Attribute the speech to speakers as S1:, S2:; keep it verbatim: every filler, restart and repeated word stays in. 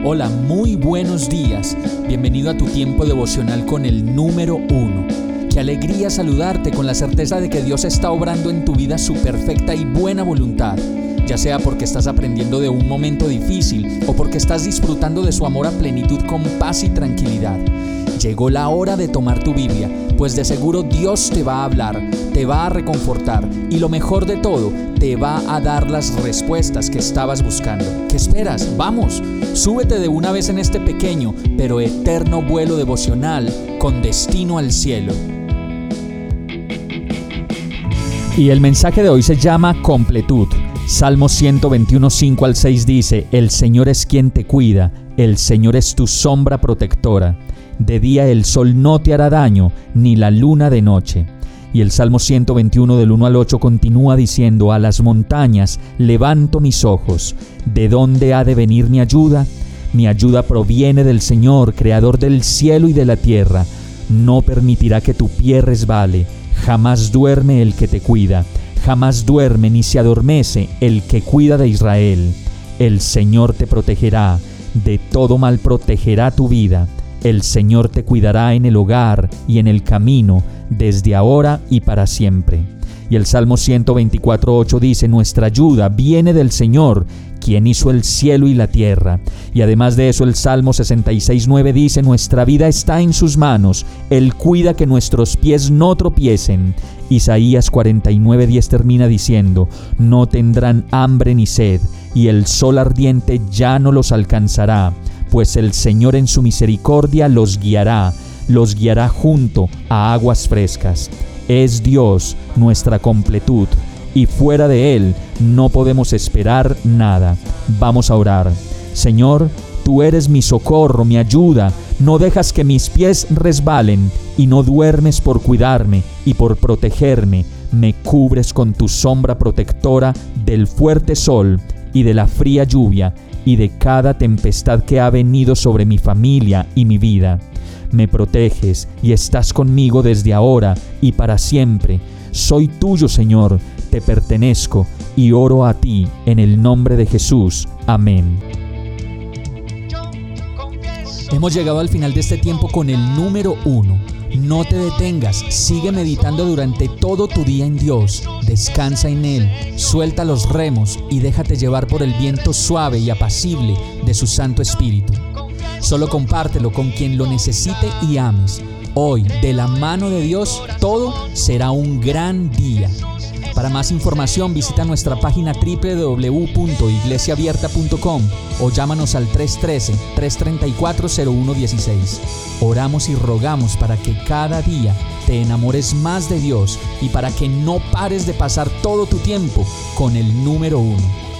S1: Hola, muy buenos días. Bienvenido a tu tiempo devocional con el número uno. Qué alegría saludarte con la certeza de que Dios está obrando en tu vida su perfecta y buena voluntad, ya sea porque estás aprendiendo de un momento difícil o porque estás disfrutando de su amor a plenitud con paz y tranquilidad. Llegó la hora de tomar tu Biblia, pues de seguro Dios te va a hablar, te va a reconfortar y lo mejor de todo, te va a dar las respuestas que estabas buscando. ¿Qué esperas? ¡Vamos! Súbete de una vez en este pequeño pero eterno vuelo devocional con destino al cielo. Y el mensaje de hoy se llama completud. Salmo ciento veintiuno, cinco al seis dice: El Señor es quien te cuida, el Señor es tu sombra protectora. De día el sol no te hará daño, ni la luna de noche. Y el Salmo ciento veintiuno del uno al ocho continúa diciendo: A las montañas levanto mis ojos. ¿De dónde ha de venir mi ayuda? Mi ayuda proviene del Señor, creador del cielo y de la tierra. No permitirá que tu pie resbale. Jamás duerme el que te cuida. Jamás duerme ni se adormece el que cuida de Israel. El Señor te protegerá. De todo mal protegerá tu vida. El Señor te cuidará en el hogar y en el camino, desde ahora y para siempre. Y el Salmo ciento veinticuatro, ocho dice: Nuestra ayuda viene del Señor, quien hizo el cielo y la tierra. Y además de eso, el Salmo sesenta y seis, nueve dice: Nuestra vida está en sus manos, Él cuida que nuestros pies no tropiecen. Isaías cuarenta y nueve, diez termina diciendo: No tendrán hambre ni sed, y el sol ardiente ya no los alcanzará, pues el Señor en su misericordia los guiará, los guiará junto a aguas frescas. Es Dios nuestra completud, y fuera de Él no podemos esperar nada. Vamos a orar. Señor, Tú eres mi socorro, mi ayuda. No dejas que mis pies resbalen, y no duermes por cuidarme y por protegerme. Me cubres con tu sombra protectora del fuerte sol y de la fría lluvia, y de cada tempestad que ha venido sobre mi familia y mi vida. Me proteges y estás conmigo desde ahora y para siempre. Soy tuyo, Señor, te pertenezco y oro a ti en el nombre de Jesús. Amén. Hemos llegado al final de este tiempo con el número uno. No te detengas, sigue meditando durante todo tu día en Dios. Descansa en Él, suelta los remos y déjate llevar por el viento suave y apacible de su Santo Espíritu. Solo compártelo con quien lo necesite y ames. Hoy, de la mano de Dios, todo será un gran día. Para más información, visita nuestra página doble u doble u doble u punto iglesia abierta punto com o llámanos al tres uno tres, tres tres cuatro, cero uno uno seis. Oramos y rogamos para que cada día te enamores más de Dios y para que no pares de pasar todo tu tiempo con el número uno.